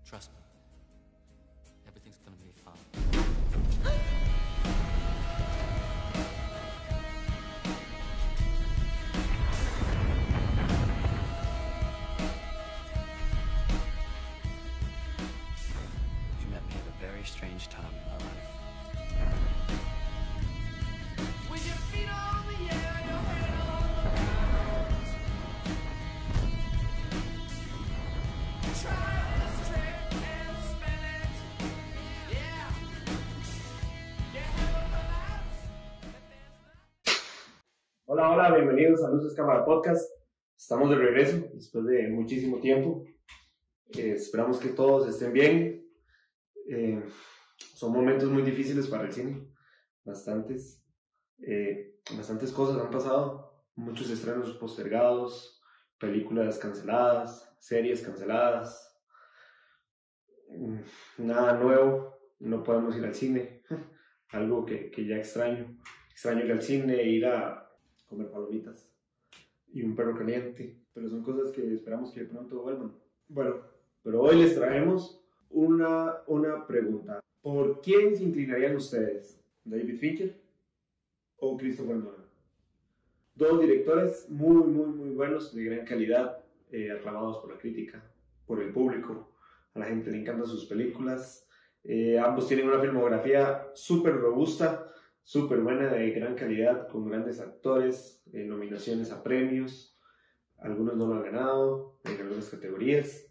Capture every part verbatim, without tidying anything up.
Trust me. Everything's gonna be fine. You met me at a very strange time in my life. With your feet on the air, your head on the ground. Try this trick and spin it. Yeah. Get hell collapse. Hola, hola, bienvenidos a Luces Cámara Podcast. Estamos de regreso después de muchísimo tiempo. Eh, esperamos que todos estén bien. Eh, son momentos muy difíciles para el cine. Bastantes. Eh, bastantes cosas han pasado. Muchos estrenos postergados, películas canceladas, series canceladas. Nada nuevo. No podemos ir al cine. Algo que, que ya extraño. Extraño ir al cine, ir a comer palomitas y un perro caliente, pero son cosas que esperamos que de pronto vuelvan. Bueno, pero hoy les traemos una, una pregunta. ¿Por quién se inclinarían ustedes? ¿David Fincher o Christopher Nolan? Dos directores muy, muy, muy buenos, de gran calidad, eh, aclamados por la crítica, por el público. A la gente le encantan sus películas. Eh, ambos tienen una filmografía súper robusta, súper buena, de gran calidad, con grandes actores, eh, nominaciones a premios. Algunos no lo han ganado en algunas categorías,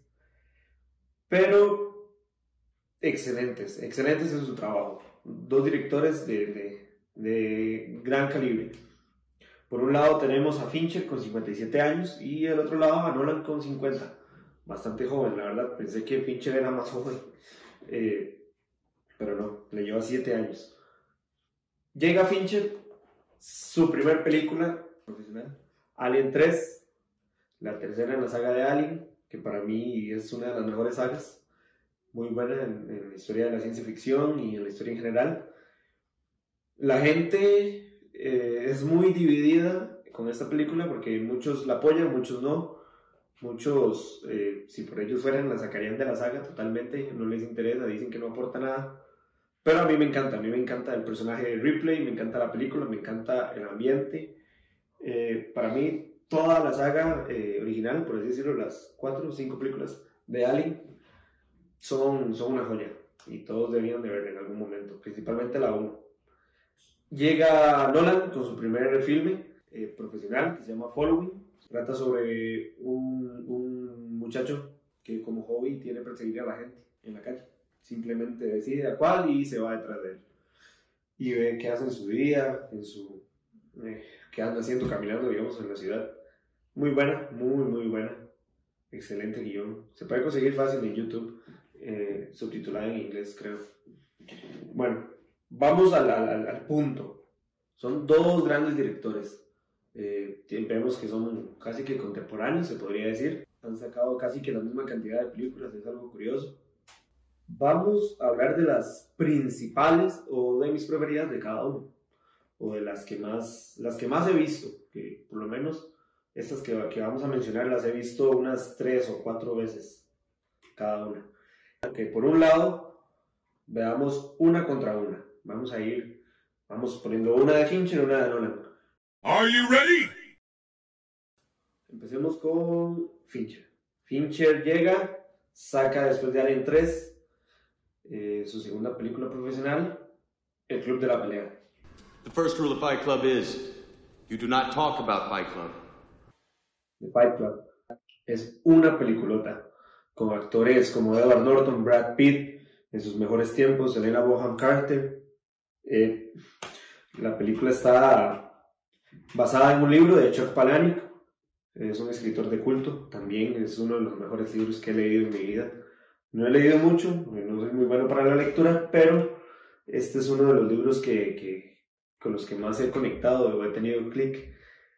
pero excelentes, excelentes en su trabajo. Dos directores de, de, de gran calibre. Por un lado tenemos a Fincher con cincuenta y siete años y al otro lado a Nolan con cincuenta. Bastante joven, la verdad. Pensé que Fincher era más joven, eh, pero no, le lleva siete años. Llega Fincher, su primer película profesional, Alien tres, la tercera en la saga de Alien, que para mí es una de las mejores sagas, muy buena en, en la historia de la ciencia ficción y en la historia en general. La gente eh, es muy dividida con esta película porque muchos la apoyan, muchos no. Muchos, eh, si por ellos fueran, la sacarían de la saga totalmente, no les interesa, dicen que no aporta nada. Pero a mí me encanta, a mí me encanta el personaje de Ripley, me encanta la película, me encanta el ambiente. Eh, para mí, toda la saga eh, original, por así decirlo, las cuatro o cinco películas de Alien, son, son una joya. Y todos deberían de verla en algún momento, principalmente la uno. Llega Nolan con su primer filme eh, profesional, que se llama Following. Trata sobre un, un muchacho que como hobby tiene perseguir a la gente en la calle. Simplemente decide a cuál y se va detrás de él. Y ve qué hace en su día, en su, eh, qué anda haciendo caminando, digamos, en la ciudad. Muy buena, muy, muy buena. Excelente guión. Se puede conseguir fácil en YouTube, eh, subtitulada en inglés, creo. Bueno, vamos al, al, al punto. Son dos grandes directores. Eh, vemos que son casi que contemporáneos, se podría decir. Han sacado casi que la misma cantidad de películas, es algo curioso. Vamos a hablar de las principales o de mis preferidas de cada uno, o de las que más, las que más he visto, que por lo menos estas que, que vamos a mencionar las he visto unas tres o cuatro veces cada una. Okay, por un lado, veamos una contra una. Vamos a ir, vamos poniendo una de Fincher y una de Nolan. Are you ready? Empecemos con Fincher. Fincher llega, saca después de Alien tres, Eh, su segunda película profesional, El Club de la Pelea. The first rule of Fight Club is, you do not talk about Fight Club. The Fight Club es una peliculota, con actores como Edward Norton, Brad Pitt, en sus mejores tiempos, Helena Bonham Carter. Eh, la película está basada en un libro de Chuck Palahniuk, es un escritor de culto, también es uno de los mejores libros que he leído en mi vida. No he leído mucho, no soy muy bueno para la lectura, pero este es uno de los libros que, que, con los que más he conectado o he tenido clic.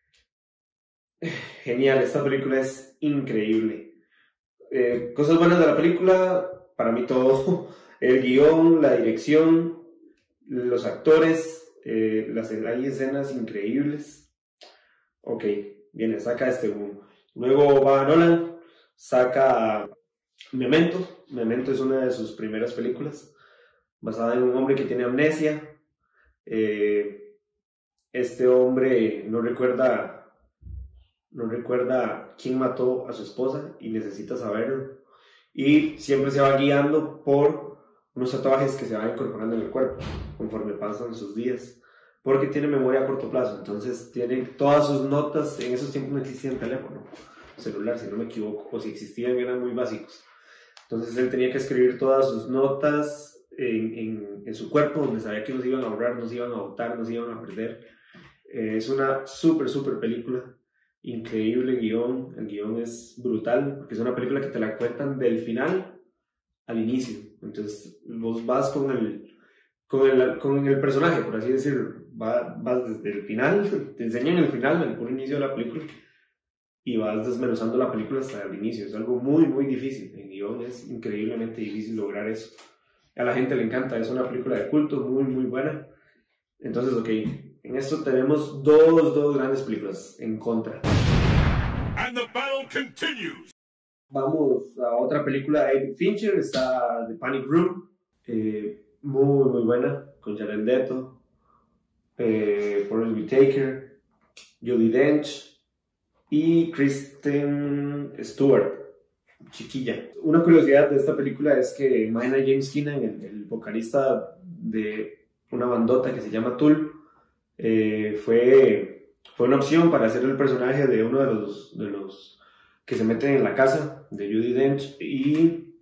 Genial, esta película es increíble. Eh, cosas buenas de la película, para mí todo, el guión, la dirección, los actores, eh, las, hay escenas increíbles. Ok, viene, saca este boom. Luego va Nolan, saca Memento, Memento es una de sus primeras películas, basada en un hombre que tiene amnesia. Eh, este hombre no recuerda, no recuerda quién mató a su esposa y necesita saberlo. Y siempre se va guiando por unos tatuajes que se van incorporando en el cuerpo conforme pasan sus días, porque tiene memoria a corto plazo. Entonces tiene todas sus notas. En esos tiempos no existía el teléfono celular, si no me equivoco, o si existían eran muy básicos. Entonces él tenía que escribir todas sus notas en, en, en su cuerpo, donde sabía que no se iban a borrar, no se iban a botar, no se iban a perder. Eh, es una súper, súper película. Increíble guión. El guión es brutal, porque es una película que te la cuentan del final al inicio. Entonces vos vas con el, con el, con el personaje, por así decirlo. Va, vas desde el final, te enseñan el final, el puro inicio de la película, y vas desmenuzando la película hasta el inicio. Es algo muy, muy difícil. En guión es increíblemente difícil lograr eso. A la gente le encanta. Es una película de culto muy, muy buena. Entonces, ok, en esto tenemos dos, dos grandes películas en contra. And the battle continues. Vamos a otra película de David Fincher. Está The Panic Room. Eh, muy, muy buena. Con Jared Leto, eh, Forest Whitaker, Judi Dench y Kristen Stewart, chiquilla. Una curiosidad de esta película es que Maynard James Keenan, el, el vocalista de una bandota que se llama Tool, eh, fue, fue una opción para hacer el personaje de uno de los, de los que se meten en la casa de Judi Dench, y,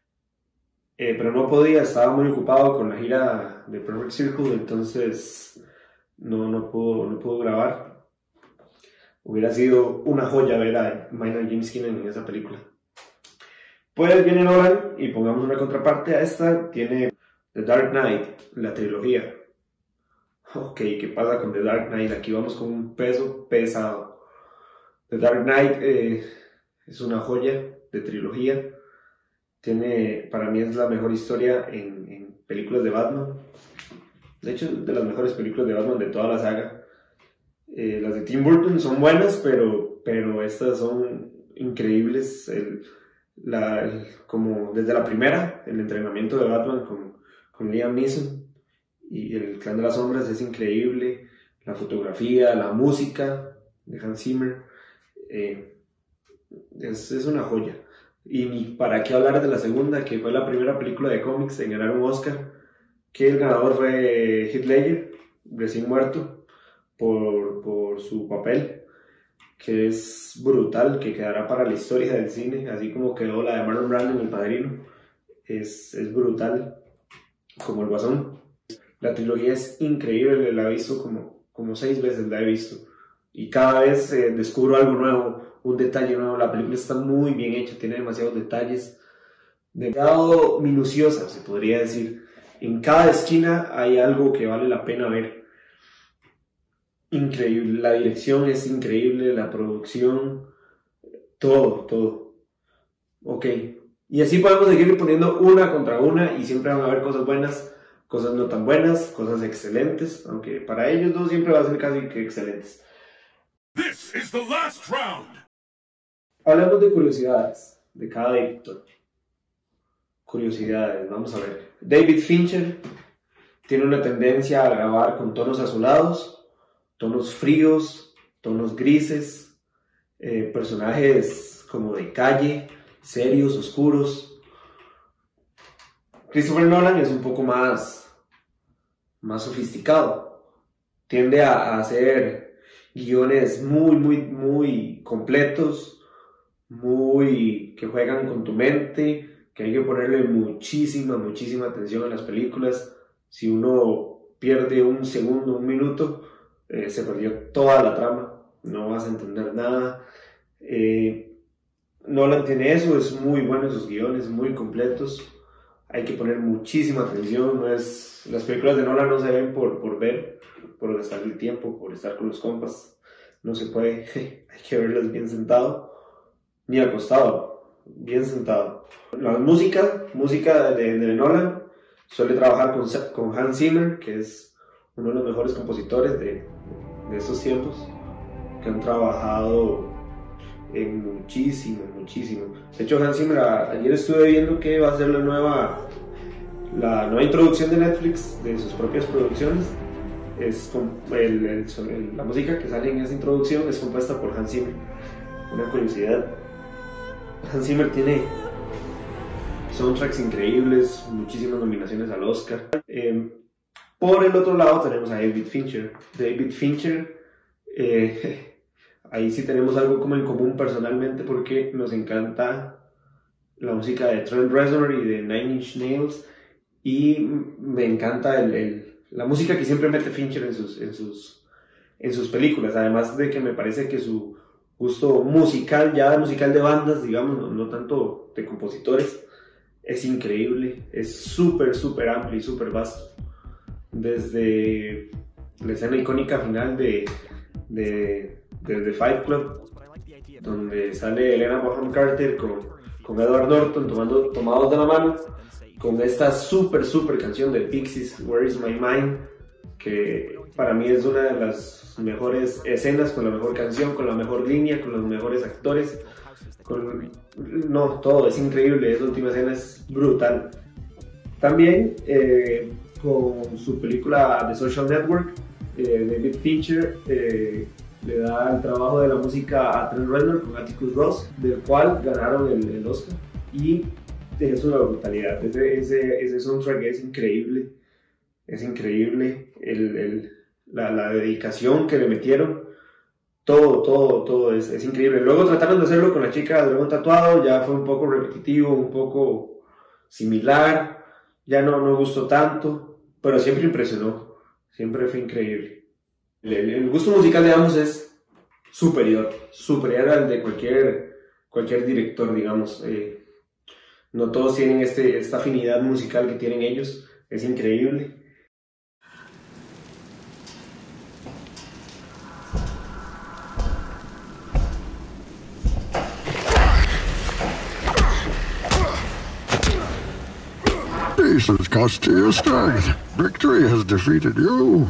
eh, pero no podía, estaba muy ocupado con la gira de Perfect Circle, entonces no, no, pudo, no pudo grabar. Hubiera sido una joya ver a Maynard James Keenan en esa película. Pues viene Nolan y pongamos una contraparte a esta. Tiene The Dark Knight, la trilogía. Ok, ¿qué pasa con The Dark Knight? Aquí vamos con un peso pesado. The Dark Knight eh, es una joya de trilogía. Tiene, para mí es la mejor historia en, en películas de Batman. De hecho, de las mejores películas de Batman de toda la saga. Eh, las de Tim Burton son buenas, pero, pero estas son increíbles. El, la, el, como desde la primera, el entrenamiento de Batman con, con Liam Neeson y el Clan de las Sombras es increíble. La fotografía, la música de Hans Zimmer, eh, es, es una joya. Y ni para qué hablar de la segunda, que fue la primera película de cómics en ganar un Oscar, que el ganador fue Heath Ledger, recién muerto, por, por su papel, que es brutal, que quedará para la historia del cine, así como quedó la de Marlon Brando en El Padrino. Es, es brutal, como el Guasón. La trilogía es increíble, la he visto como, como seis veces, la he visto, y cada vez eh, descubro algo nuevo, un detalle nuevo. La película está muy bien hecha, tiene demasiados detalles, demasiado minuciosa, se podría decir. En cada esquina hay algo que vale la pena ver. Increíble, la dirección es increíble, la producción, todo, todo. Ok, y así podemos seguir poniendo una contra una y siempre van a haber cosas buenas, cosas no tan buenas, cosas excelentes, aunque para ellos dos siempre va a ser casi que excelentes. This is the last round. Hablamos de curiosidades de cada director. Curiosidades, vamos a ver. David Fincher tiene una tendencia a grabar con tonos azulados, tonos fríos, tonos grises, eh, personajes como de calle, serios, oscuros. Christopher Nolan es un poco más, más sofisticado. Tiende a, a hacer guiones muy, muy, muy completos, muy que juegan con tu mente, que hay que ponerle muchísima, muchísima atención a las películas. Si uno pierde un segundo, un minuto, Eh, se perdió toda la trama, no vas a entender nada. eh, Nolan tiene eso, es muy bueno en sus guiones, muy completos, hay que poner muchísima atención. No es, las películas de Nolan no se ven por, por ver, por gastar el tiempo, por estar con los compas, no se puede. Hay que verlas bien sentado, ni acostado, bien sentado. La música, música de, de Nolan, suele trabajar con, con Hans Zimmer, que es uno de los mejores compositores de, de estos tiempos, que han trabajado en muchísimo, muchísimo. De hecho, Hans Zimmer, a, ayer estuve viendo que va a ser la nueva, la nueva introducción de Netflix de sus propias producciones. Es el, el, el, la música que sale en esa introducción es compuesta por Hans Zimmer. Una curiosidad, Hans Zimmer tiene soundtracks increíbles, muchísimas nominaciones al Oscar. Eh, por el otro lado tenemos a David Fincher. David Fincher, eh, ahí sí tenemos algo como en común personalmente, porque nos encanta la música de Trent Reznor y de Nine Inch Nails, y me encanta el, el, la música que siempre mete Fincher en sus, en, sus, en sus películas, además de que me parece que su gusto musical, ya musical de bandas, digamos, no, no tanto de compositores, es increíble, es súper, súper amplio y súper vasto. Desde la escena icónica final de, de, de The Fight Club, donde sale Helena Bonham Carter con, con Edward Norton tomando, tomados de la mano, con esta súper, súper canción de Pixies, Where Is My Mind, que para mí es una de las mejores escenas, con la mejor canción, con la mejor línea, con los mejores actores, con... no, todo es increíble, esa última escena es brutal. También eh, con su película The Social Network, eh, David Fincher eh, le da el trabajo de la música a Trent Reznor con Atticus Ross, del cual ganaron el, el Oscar, y es una brutalidad. Ese, ese, ese soundtrack es increíble, es increíble, el, el, la, la dedicación que le metieron, todo, todo, todo es, es increíble. Luego trataron de hacerlo con la chica de dragón tatuado, ya fue un poco repetitivo, un poco similar, ya no, no gustó tanto, pero siempre impresionó, siempre fue increíble. El, el, el gusto musical de ambos es superior, superior al de cualquier, cualquier director, digamos. Eh, no todos tienen este, esta afinidad musical que tienen ellos, es increíble. Peace has cost you your strength. Victory has defeated you.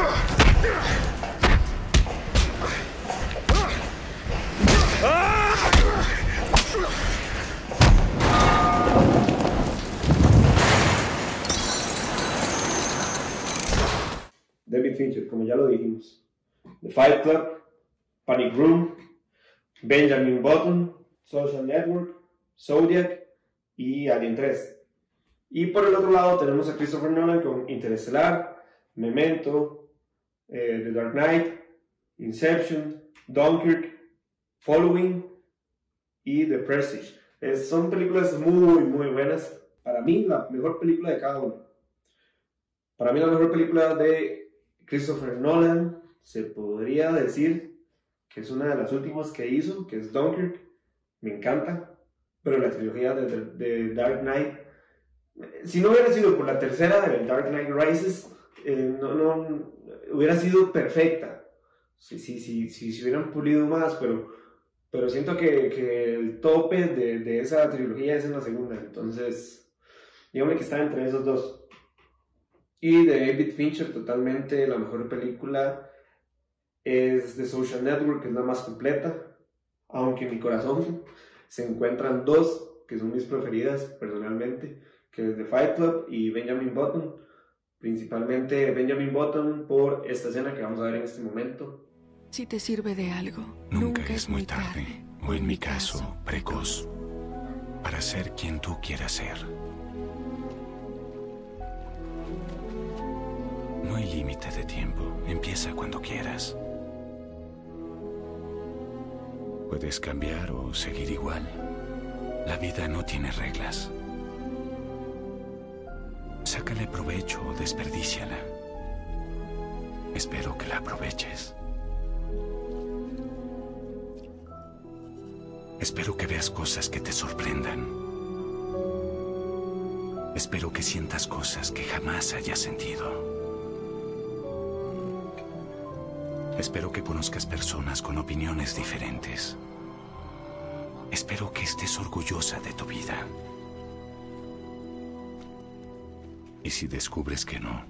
David Fincher, como ya lo dijimos. The Fight Club, Panic Room, Benjamin Button, Social Network, Zodiac y Alien tres. Y por el otro lado tenemos a Christopher Nolan con Interestelar, Memento, eh, The Dark Knight, Inception, Dunkirk, Following y The Prestige. Es, son películas muy, muy buenas. Para mí, la mejor película de cada uno. Para mí, la mejor película de Christopher Nolan se podría decir que es una de las últimas que hizo, que es Dunkirk. Me encanta. Pero la trilogía de, de, de Dark Knight, si no hubiera sido por la tercera de Dark Knight Rises, eh, no, no, hubiera sido perfecta. Si, si, si, si se hubieran pulido más, pero, pero siento que, que el tope de, de esa trilogía es en la segunda. Entonces, dígame que está entre esos dos. Y de David Fincher, totalmente la mejor película es The Social Network, que es la más completa. Aunque en mi corazón se encuentran dos que son mis preferidas personalmente, que es The Fight Club y Benjamin Button. Principalmente Benjamin Button por esta escena que vamos a ver en este momento. Si te sirve de algo, nunca, nunca es muy tarde, tarde, o en mi caso, precoz, para ser quien tú quieras ser. No hay límite de tiempo, empieza cuando quieras. Puedes cambiar o seguir igual. La vida no tiene reglas. Sácale provecho o desperdíciala. Espero que la aproveches. Espero que veas cosas que te sorprendan. Espero que sientas cosas que jamás hayas sentido. Espero que conozcas personas con opiniones diferentes. Espero que estés orgullosa de tu vida. Y si descubres que no,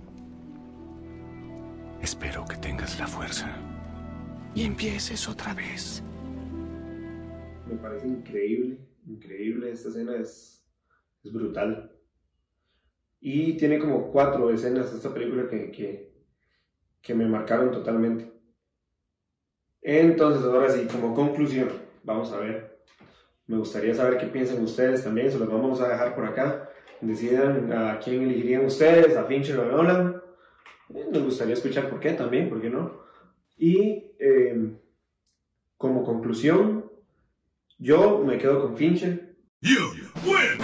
espero que tengas la fuerza y empieces otra vez. parece increíble, increíble, esta escena es, es brutal. Y tiene como cuatro escenas de esta película que, que, que me marcaron totalmente. Entonces, ahora sí, como conclusión, vamos a ver. Me gustaría saber qué piensan ustedes también, se los vamos a dejar por acá. Decidan a quién elegirían ustedes, a Fincher o a Nolan. Eh, nos gustaría escuchar por qué también, por qué no. Y eh, como conclusión, yo me quedo con Fincher. You win!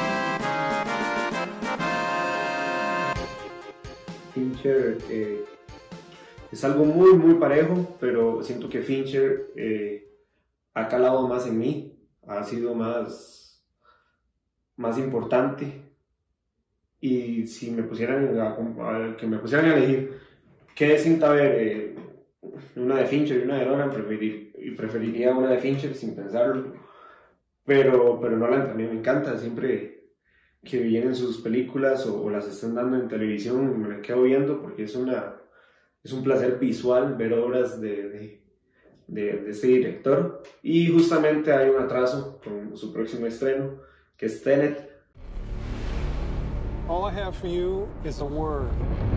Fincher eh, es algo muy muy parejo, pero siento que Fincher eh, ha calado más en mí, ha sido más, más importante. Y si me pusieran a, a, que me pusieran a elegir qué cinta ver, eh, una de Fincher y una de Nolan, preferir, y preferiría una de Fincher sin pensarlo. Pero, pero Nolan también me encanta, siempre que vienen sus películas o, o las están dando en televisión me las quedo viendo porque es, una, es un placer visual ver obras de, de, de, de este director. Y justamente hay un atraso con su próximo estreno, que es Tenet. All I have for you is a word.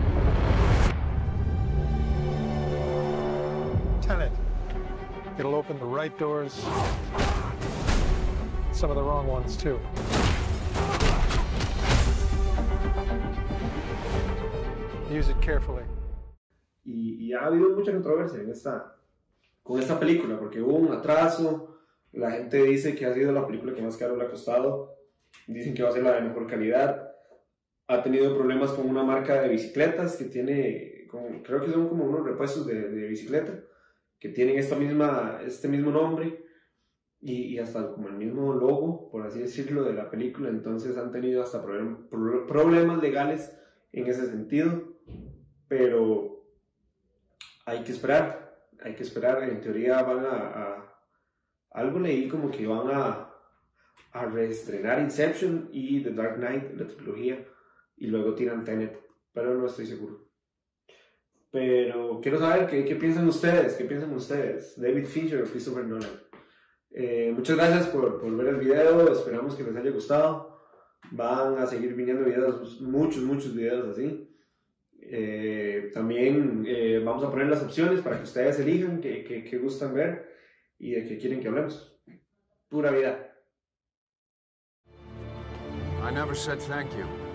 Tenet. It'll open the right doors, some of the wrong ones too. Use it carefully. Y, y ha habido mucha controversia en esta, con esta película, porque hubo un atraso, la gente dice que ha sido la película que más caro le ha costado, dicen que va a ser la de mejor calidad. Ha tenido problemas con una marca de bicicletas que tiene, con, creo que son como unos repuestos de, de bicicleta, que tienen esta misma, este mismo nombre y, y hasta como el mismo logo, por así decirlo, de la película. Entonces han tenido hasta problem, pro, problemas legales en ese sentido, pero hay que esperar, hay que esperar. En teoría van a, a algo leí como que van a, a reestrenar Inception y The Dark Knight, la trilogía, y luego tiran Tenet, pero no estoy seguro. Pero quiero saber qué, qué piensan ustedes, qué piensan ustedes, David Fincher o Christopher Nolan. Eh, muchas gracias por, por ver el video, esperamos que les haya gustado. Van a seguir viniendo videos, muchos, muchos videos así. Eh, también eh, vamos a poner las opciones para que ustedes elijan qué, qué, qué gustan ver y de qué quieren que hablemos. Pura vida. I never said thank you.